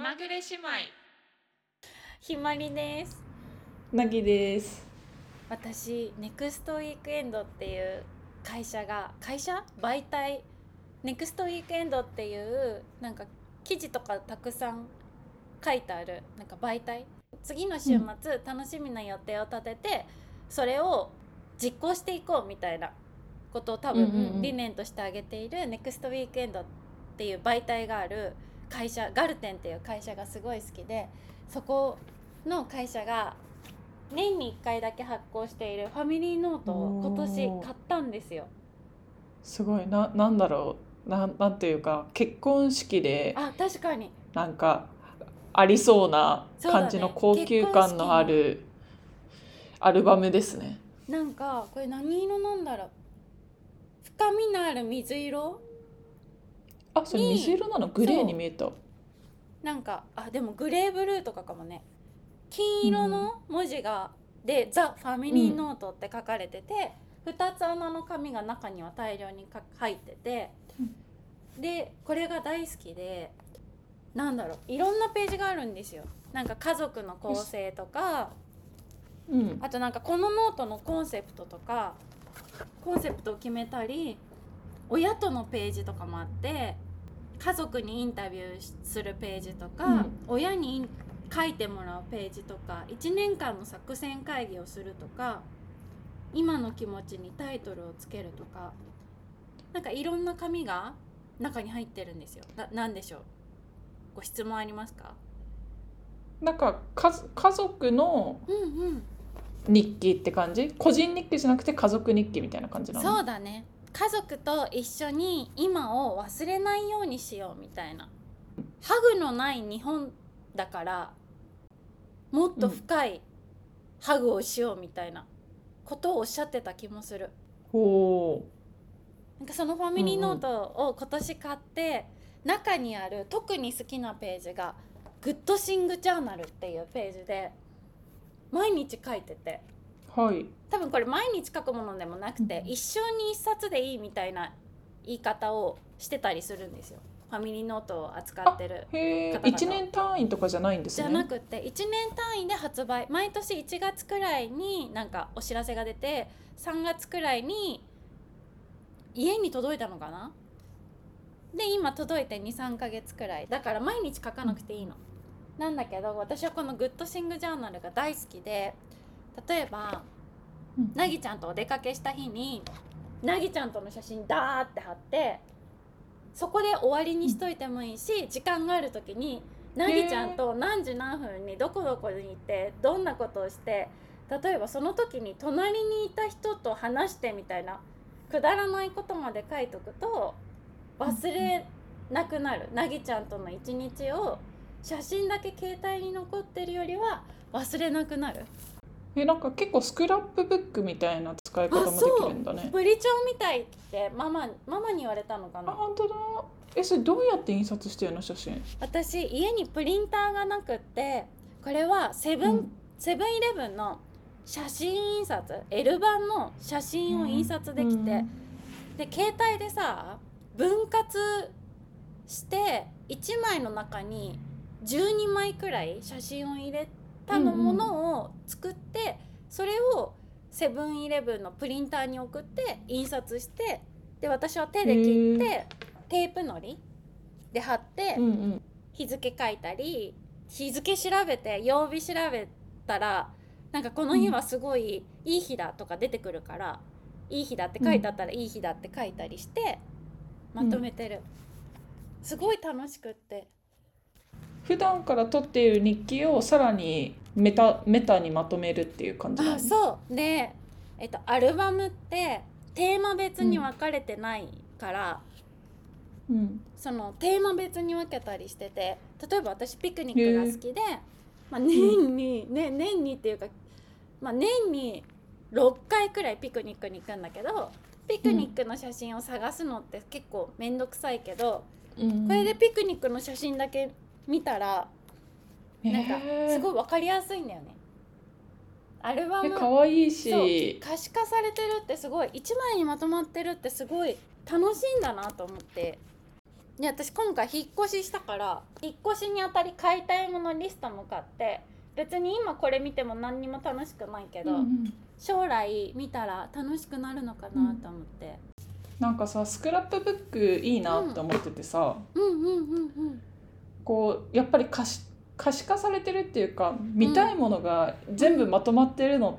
まぐれ姉妹。 ひまりです。 なぎです。 私ネクストウィークエンドっていう媒体ネクストウィークエンドっていうなんか記事とかたくさん書いてあるなんか媒体、次の週末、楽しみな予定を立ててそれを実行していこうみたいなことを多分理念として挙げているネクストウィークエンドっていう媒体がある会社、ガルテンっていう会社がすごい好きで、そこの会社が年に1回だけ発行しているファミリーノートを今年買ったんですよ。 すごいなんだろう、なんていうか結婚式で確かになんかありそうな感じの高級感のあるアルバムですね。 なんかこれ何色なんだろう、深みのある水色。 それ水色なの？グレーに見えた。 なんかでもグレーブルーとかかもね。金色の文字が、でザ・ファミリーノートって書かれてて、2つ穴の紙が中には大量に入ってて、でこれが大好きで、なんだろう、いろんなページがあるんですよ。なんか家族の構成とか、あとなんかこのノートのコンセプトとか、コンセプトを決めたり、親とのページとかもあって、家族にインタビューするページとか、親に書いてもらうページとか、1年間の作戦会議をするとか、今の気持ちにタイトルをつけるとか、なんかいろんな紙が中に入ってるんですよ。なんでしょう、ご質問ありますか？ なんか家族の日記って感じ？個人日記じゃなくて家族日記みたいな感じなの？ そうだね、家族と一緒に今を忘れないようにしようみたいな。ハグのない日本だからもっと深いハグをしようみたいなことをおっしゃってた気もする。なんかそのファミリーノートを今年買って、中にある特に好きなページがグッドシングジャーナルっていうページで、毎日書いてて、多分これ毎日書くものでもなくて、一生に一冊でいいみたいな言い方をしてたりするんですよ。ファミリーノートを扱ってる方々。 1年単位とかじゃないんですね。 じゃなくて1年単位で発売、毎年1月くらいになんかお知らせが出て、3月くらいに家に届いたのかな。で今届いて 2,3 ヶ月くらいだから毎日書かなくていいの、なんだけど、私はこのグッドシングジャーナルが大好きで、例えばなぎちゃんとお出かけした日になぎちゃんとの写真ダーって貼って、そこで終わりにしといてもいいし、時間がある時になぎちゃんと何時何分にどこどこに行ってどんなことをして、例えばその時に隣にいた人と話してみたいなくだらないことまで書いとくと忘れなくなる。なぎちゃんとの一日を写真だけ携帯に残ってるよりは忘れなくなる。 なんか結構スクラップブックみたいな使い方もできるんだね。 プリ帳みたいってママに言われたのかな。 本当だ。それどうやって印刷してるの？写真。 私家にプリンターがなくって、これはセブンイレブンの写真印刷、L 版の写真を印刷できて、で携帯でさ分割して1枚の中に12枚くらい写真を入れたものを作って、それをセブンイレブンのプリンターに送って印刷して、で私は手で切ってテープのりで貼って、日付書いたり、日付調べて曜日調べたら、なんかこの日はすごいいい日だとか出てくるから、いい日だって書いてあったらいい日だって書いたりしてまとめてる。すごい楽しくって。 普段から撮っている日記をさらにメタにまとめるっていう感じなの？ そうで、アルバムってテーマ別に分かれてないから、そのテーマ別に分けたりしてて、例えば私ピクニックが好きで、年にっていうか、年に6回くらいピクニックに行くんだけど、ピクニックの写真を探すのって結構めんどくさいけど、これでピクニックの写真だけ見たらなんかすごい分かりやすいんだよね。アルバムかわいいし、 可視化されてるってすごい、1枚にまとまってるってすごい楽しいんだなと思って。 で私今回引っ越ししたから、引っ越しにあたり買いたいものリストも買って、別に今これ見ても何にも楽しくないけど、将来見たら楽しくなるのかなと思って、 なんかさスクラップブックいいなって思っててさ、こうやっぱり可視化されてるっていうか、見たいものが全部まとまってるのって、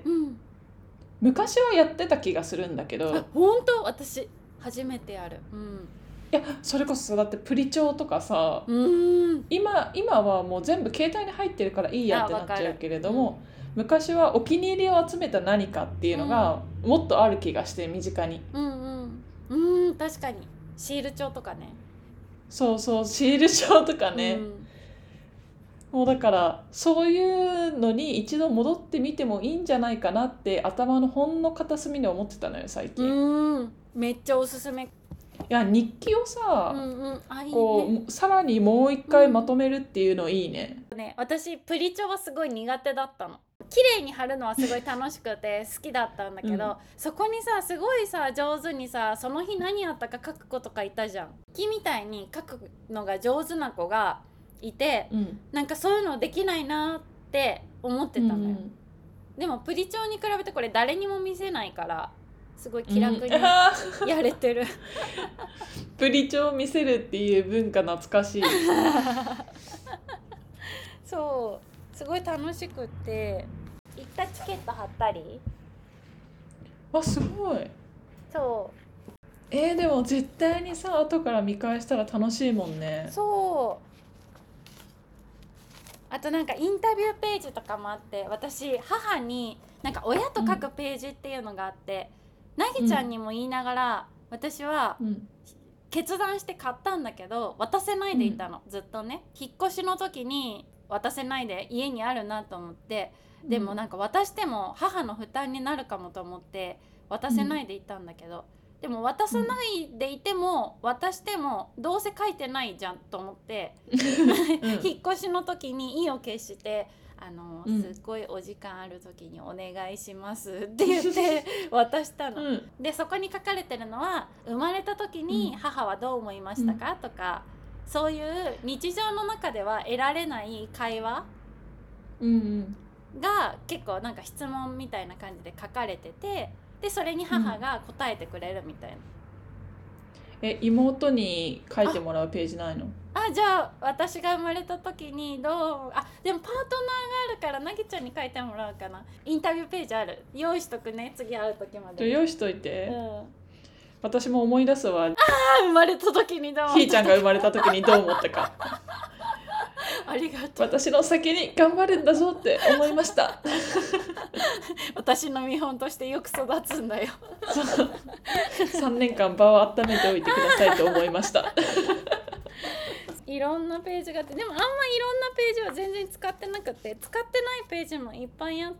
昔はやってた気がするんだけど。 本当？私初めてやる。 いやそれこそだってプリ帳とかさ、今はもう全部携帯に入ってるからいいやってなっちゃうけれども、昔はお気に入りを集めた何かっていうのがもっとある気がして、身近に。 確かにシール帳とかね。 そうそう、シール帳とかね、もうだからそういうのに一度戻ってみてもいいんじゃないかなって頭のほんの片隅に思ってたのよ最近。 めっちゃおすすめ。 いや日記をさ、こいいね、 うさらにもう一回まとめるっていうのいいね。 私プリ帳はすごい苦手だったの。綺麗に貼るのはすごい楽しくて好きだったんだけど、そこにさすごいさ上手にさその日何やったか書く子とかいたじゃん。木みたいに書くのが上手な子がいて、なんかそういうのできないなって思ってたのよ。でもプリ帳に比べてこれ誰にも見せないからすごい気楽にやれてる、 プリ帳を見せるっていう文化懐かしいそうすごい楽しくって行ったチケット貼ったり。 すごい。 そうでも絶対にさ後から見返したら楽しいもんね。 そうあとなんかインタビューページとかもあって、私母になんか親と書くページっていうのがあって、なぎちゃんにも言いながら、私は決断して買ったんだけど渡せないでいたの、ずっとね。引っ越しの時に渡せないで家にあるなと思って、でもなんか渡しても母の負担になるかもと思って渡せないでいたんだけど、でも渡さないでいても、渡してもどうせ書いてないじゃんと思って引っ越しの時に意を決してすっごいお時間ある時にお願いしますって言って渡したの、でそこに書かれてるのは生まれた時に母はどう思いましたか、とかそういう日常の中では得られない会話が結構なんか質問みたいな感じで書かれてて、でそれに母が答えてくれるみたいな。 妹に書いてもらうページないの？ じゃあ私が生まれた時にどうでもパートナーがあるからなぎちゃんに書いてもらうかな。インタビューページある、用意しとくね、次会う時まで。 用意しといて、私も思い出すわ。 生まれた時にどう思ったか、 ひーちゃんが生まれた時にどう思ったかありがとう。 私の先に頑張るんだぞって思いました私の見本としてよく育つんだよ 3年間場を温めておいてくださいと思いましたいろんなページがあって、でもあんまいろんなページは全然使ってなくて、使ってないページもいっぱいあって、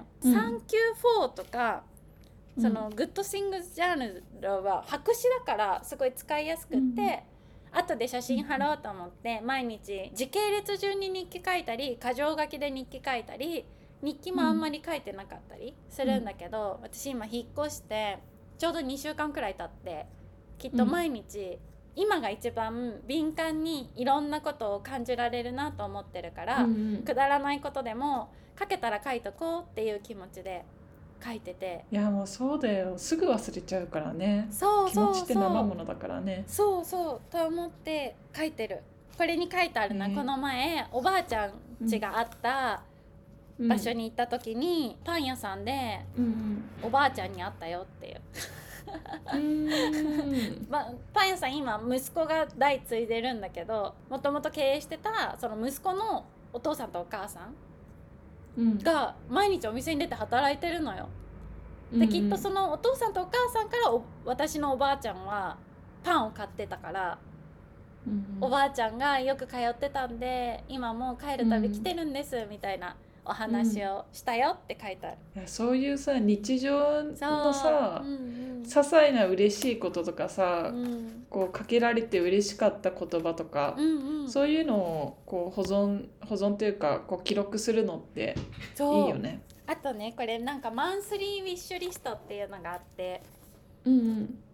サンキュー4とかそのグッドシングスジャーナルは白紙だからすごい使いやすくって、後で写真貼ろうと思って毎日時系列順に日記書いたり箇条書きで日記書いたり、日記もあんまり書いてなかったりするんだけど、私今引っ越してちょうど2週間くらい経って、きっと毎日、今が一番敏感にいろんなことを感じられるなと思ってるから、くだらないことでも書けたら書いとこうっていう気持ちで書いてて。 いやもうそうだよ、すぐ忘れちゃうからね。気持ちって生ものだからね。 そうと思って書いてる。これに書いてあるな、この前おばあちゃん家があった場所に行った時に、パン屋さんで、おばあちゃんに会ったよっていうパン屋さん今息子が代継いでるんだけど、もともと経営してたその息子のお父さんとお母さんが毎日お店に出て働いてるのよ。できっとそのお父さんとお母さんから私のおばあちゃんはパンを買ってたから、おばあちゃんがよく通ってたんで今もう帰るたび来てるんですみたいなお話をしたよって書いてある。 いやそういうさ日常のさ、些細な嬉しいこととかさ、こうかけられて嬉しかった言葉とか、そういうのをこう保存というかこう記録するのっていいよね。 あとね、これなんかマンスリーウィッシュリストっていうのがあって、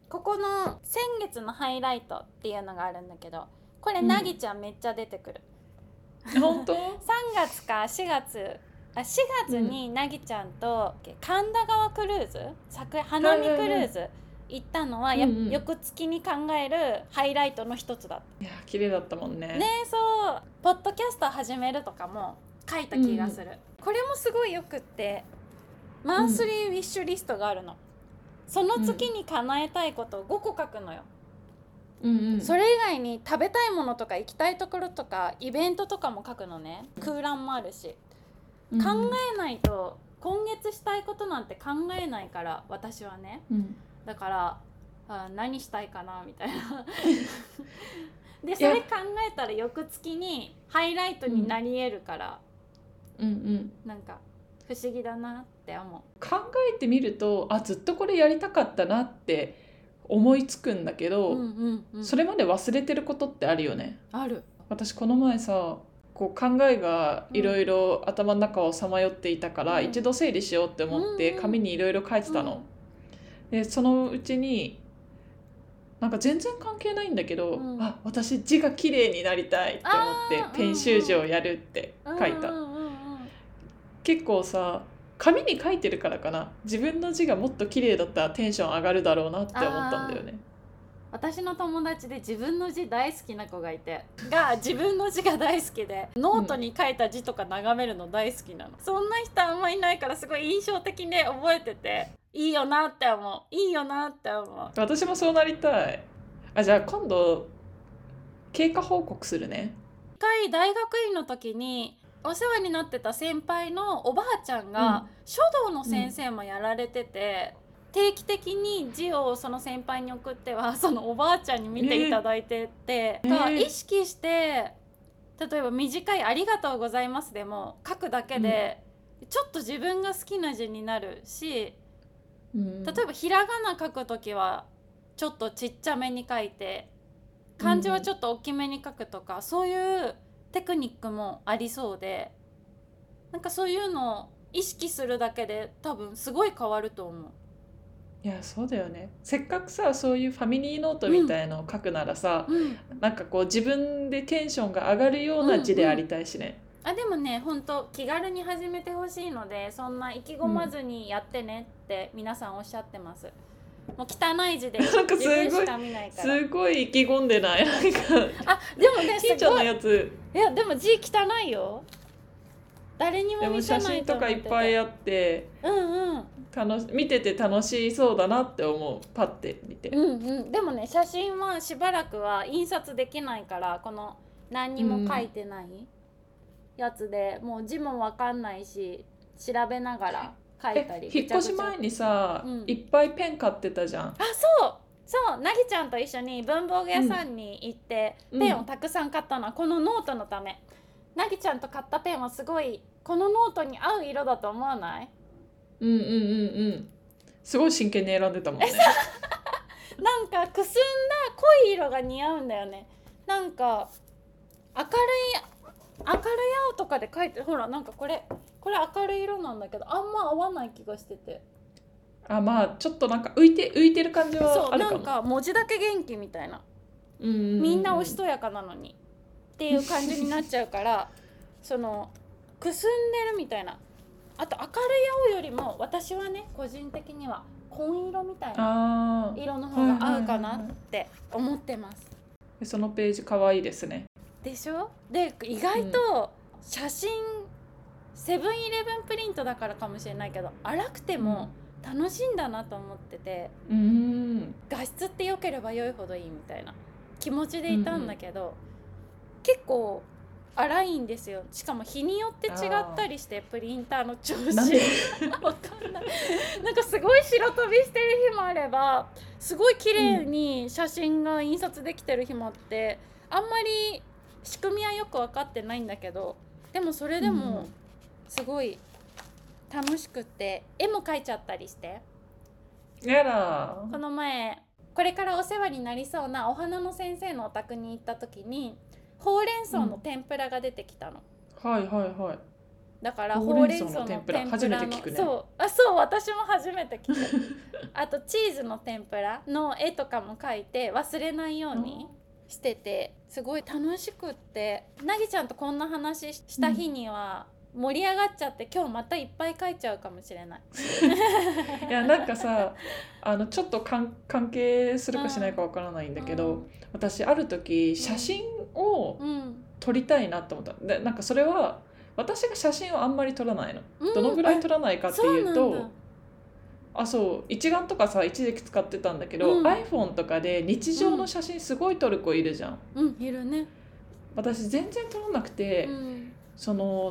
ここの先月のハイライトっていうのがあるんだけど、これなぎちゃんめっちゃ出てくる。 本当？ 3月か4月になぎちゃんと神田川クルーズ、花見クルーズ行ったのは、翌月に考えるハイライトの一つだった。 いや綺麗だったもんね。 ね、そうポッドキャスト始めるとかも書いた気がする、これもすごいよくって、マンスリーウィッシュリストがあるの。その月に叶えたいことを5個書くのよ。それ以外に食べたいものとか行きたいところとかイベントとかも書くのね。空欄もあるし、考えないと今月したいことなんて考えないから、私はね、だから何したいかなみたいなでそれ考えたら翌月にハイライトになり得るから、なんか不思議だなって思う。 考えてみるとずっとこれやりたかったなって思いつくんだけど、それまで忘れてることってあるよね。 ある。 私この前さ、こう考えがいろいろ頭の中をさまよっていたから、一度整理しようって思って紙にいろいろ書いてたの、でそのうちになんか全然関係ないんだけど、私字が綺麗になりたいって思ってペン習字をやるって書いた。結構さ、紙に書いてるからかな、自分の字がもっと綺麗だったらテンション上がるだろうなって思ったんだよね。 私の友達で自分の字大好きな子がいて、自分の字が大好きでノートに書いた字とか眺めるの大好きなの、そんな人あんまいないから、すごい印象的で覚えてて、いいよなって思う。いいよなって思う。 私もそうなりたい。じゃあ今度経過報告するね。 一回大学院の時にお世話になってた先輩のおばあちゃんが書道の先生もやられてて、定期的に字をその先輩に送ってはそのおばあちゃんに見ていただいてて、意識して例えば短い「ありがとうございます」でも書くだけで、ちょっと自分が好きな字になるし、例えばひらがな書くときはちょっとちっちゃめに書いて、漢字はちょっと大きめに書くとか、そういうテクニックもありそうで、なんかそういうのを意識するだけで多分すごい変わると思う。 いやそうだよね。せっかくさ、そういうファミリーノートみたいのを書くならさ、なんかこう自分でテンションが上がるような字でありたいしね。 でもね、ほんと気軽に始めてほしいので、そんな意気込まずにやってねって皆さんおっしゃってます。もう汚い字で自分しか見ないから。 すごい意気込んでない？なんかでもね、 ひーちゃんのやつ、 いやでも字汚いよ。誰にも見せないと思ってて。 でも写真とかいっぱいあって、見てて楽しそうだなって思う。パッて見て、 でもね、写真はしばらくは印刷できないから、この何にも書いてないやつで、もう字も分かんないし、調べながら書いたり。 引っ越し前にさ、いっぱいペン買ってたじゃん。 そうなぎちゃんと一緒に文房具屋さんに行って、ペンをたくさん買ったのはこのノートのため。なぎちゃんと買ったペンはすごいこのノートに合う色だと思わない？ すごい真剣に選んでたもんねなんかくすんだ濃い色が似合うんだよね。なんか明るい青とかで描いて、ほらなんかこれ明るい色なんだけど、あんま合わない気がしてて、 まあちょっとなんか浮いてる感じはあるかも。 なんか文字だけ元気みたいな、みんなおしとやかなのにっていう感じになっちゃうからそのくすんでるみたいな。あと明るい青よりも私はね、個人的には紺色みたいな色の方が合うかなって思ってます。 そのページ可愛いですね。 でしょ？で意外と写真、セブンイレブンプリントだからかもしれないけど、荒くても楽しいんだなと思ってて、画質って良ければ良いほどいいみたいな気持ちでいたんだけど、結構荒いんですよ。しかも日によって違ったりして、プリンターの調子わかんないなんかすごい白飛びしてる日もあれば、すごい綺麗に写真が印刷できてる日もあって、あんまり仕組みはよく分かってないんだけど、でもそれでもすごい楽しくって絵も描いちゃったりして。 やだ。 この前これからお世話になりそうなお花の先生のお宅に行った時に、ほうれん草の天ぷらが出てきたの、 だからほうれん草の天ぷら初めて聞くね。 そう私も初めて聞くあとチーズの天ぷらの絵とかも描いて忘れないようにしてて、すごい楽しくって、なぎちゃんとこんな話した日には盛り上がっちゃって、今日またいっぱい描いちゃうかもしれないいやなんかさちょっと関係するかしないかわからないんだけど、私ある時写真を撮りたいなと思った。でなんかそれは私が写真をあんまり撮らないの、どのぐらい撮らないかっていうと、そう一眼とかさ一時期使ってたんだけど、iPhone とかで日常の写真すごい撮る子いるじゃん。 いるね。 私全然撮らなくて、その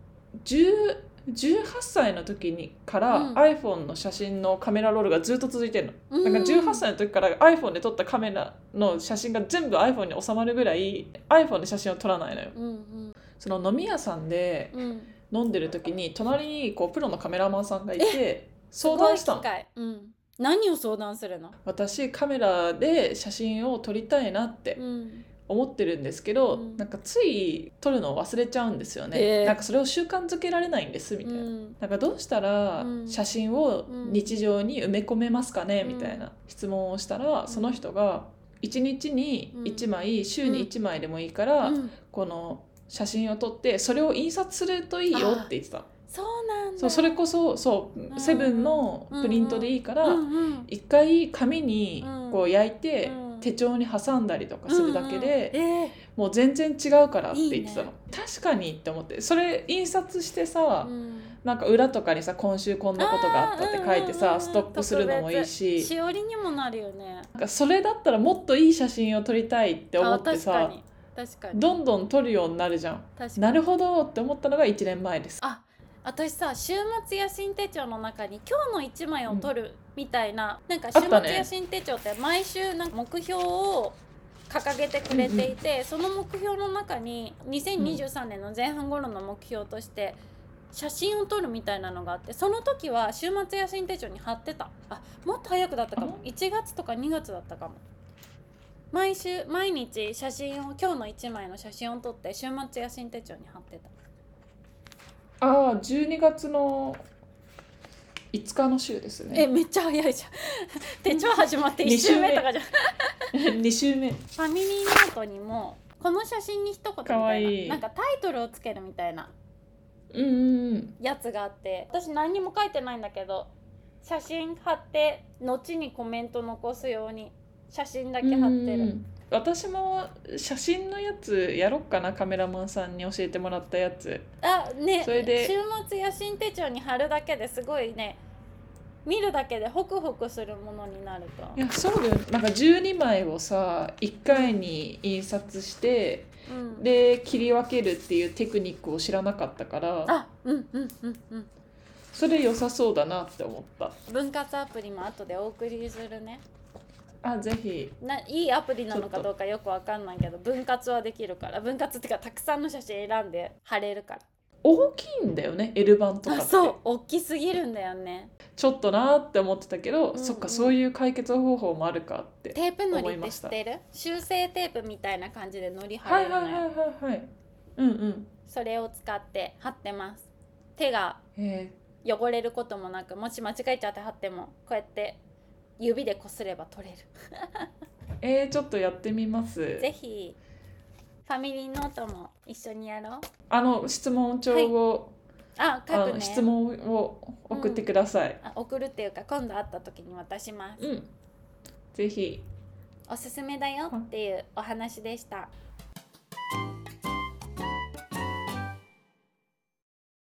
18歳の時にから iPhone の写真のカメラロールがずっと続いてるの、なんか18歳の時から iPhone で撮ったカメラの写真が全部 iPhone に収まるぐらい iPhone で写真を撮らないのよ、その飲み屋さんで飲んでる時に隣にこうプロのカメラマンさんがいて相談したの。 何を相談するの？ 私カメラで写真を撮りたいなって思ってるんですけど、なんかつい撮るのを忘れちゃうんですよね、なんかそれを習慣づけられないんですみたいな、なんかどうしたら写真を日常に埋め込めますかねみたいな質問をしたら、その人が1日に1枚、週に1枚でもいいから、この写真を撮ってそれを印刷するといいよって言ってた。 そうなんだ。 それこそセブンのプリントでいいから一回紙にこう焼いて手帳に挟んだりとかするだけでもう全然違うからって言ってたの。確かにって思って、それ印刷してさ、なんか裏とかにさ今週こんなことがあったって書いてさストックするのもいいし、 しおりにもなるよね。 なんかそれだったらもっといい写真を撮りたいって思ってさ、 確かにどんどん撮るようになるじゃん。なるほどって思ったのが1年前です。 私さ、週末野心手帳の中に今日の1枚を撮るみたいな、なんか週末野心手帳って毎週なんか目標を掲げてくれていて、その目標の中に2023年の前半頃の目標として写真を撮るみたいなのがあって、その時は週末野心手帳に貼ってた。もっと早くだったかも。1月とか2月だったかも。毎日写真を、今日の1枚の写真を撮って週末野心手帳に貼ってた。 12月の5日の週ですね。 めっちゃ早いじゃん手帳始まって1週目とかじゃん 2週目。 ファミリーノートにもこの写真に一言みたいな、なんかタイトルをつけるみたいなやつがあって、私何にも書いてないんだけど、写真貼って後にコメント残すように写真だけ貼ってる。 私も写真のやつやろっかな、カメラマンさんに教えてもらったやつ。 それで週末野心手帳に貼るだけですごいね、見るだけでホクホクするものになると。 いやそうだよ。なんか12枚をさ1回に印刷して、で切り分けるっていうテクニックを知らなかったから、それ良さそうだなって思った。 分割アプリも後でお送りするね。 ぜひ。 いいアプリなのかどうかよくわかんないけど、分割はできるから。分割っていうかたくさんの写真選んで貼れるから。 大きいんだよね L 版とかって。 そう、大きすぎるんだよね。 ちょっとなーって思ってたけど、そっか、そういう解決方法もあるかって思いました。 テープのりって知ってる？修正テープみたいな感じでのり貼れるのよ。それを使って貼ってます。手が汚れることもなく、もし間違えちゃって貼ってもこうやって指でこすれば取れるちょっとやってみます。 ぜひファミリーノートも一緒にやろう。 質問帳を、書くね。質問を送ってください。 送るっていうか今度会った時に渡します。 ぜひ。 おすすめだよっていうお話でした。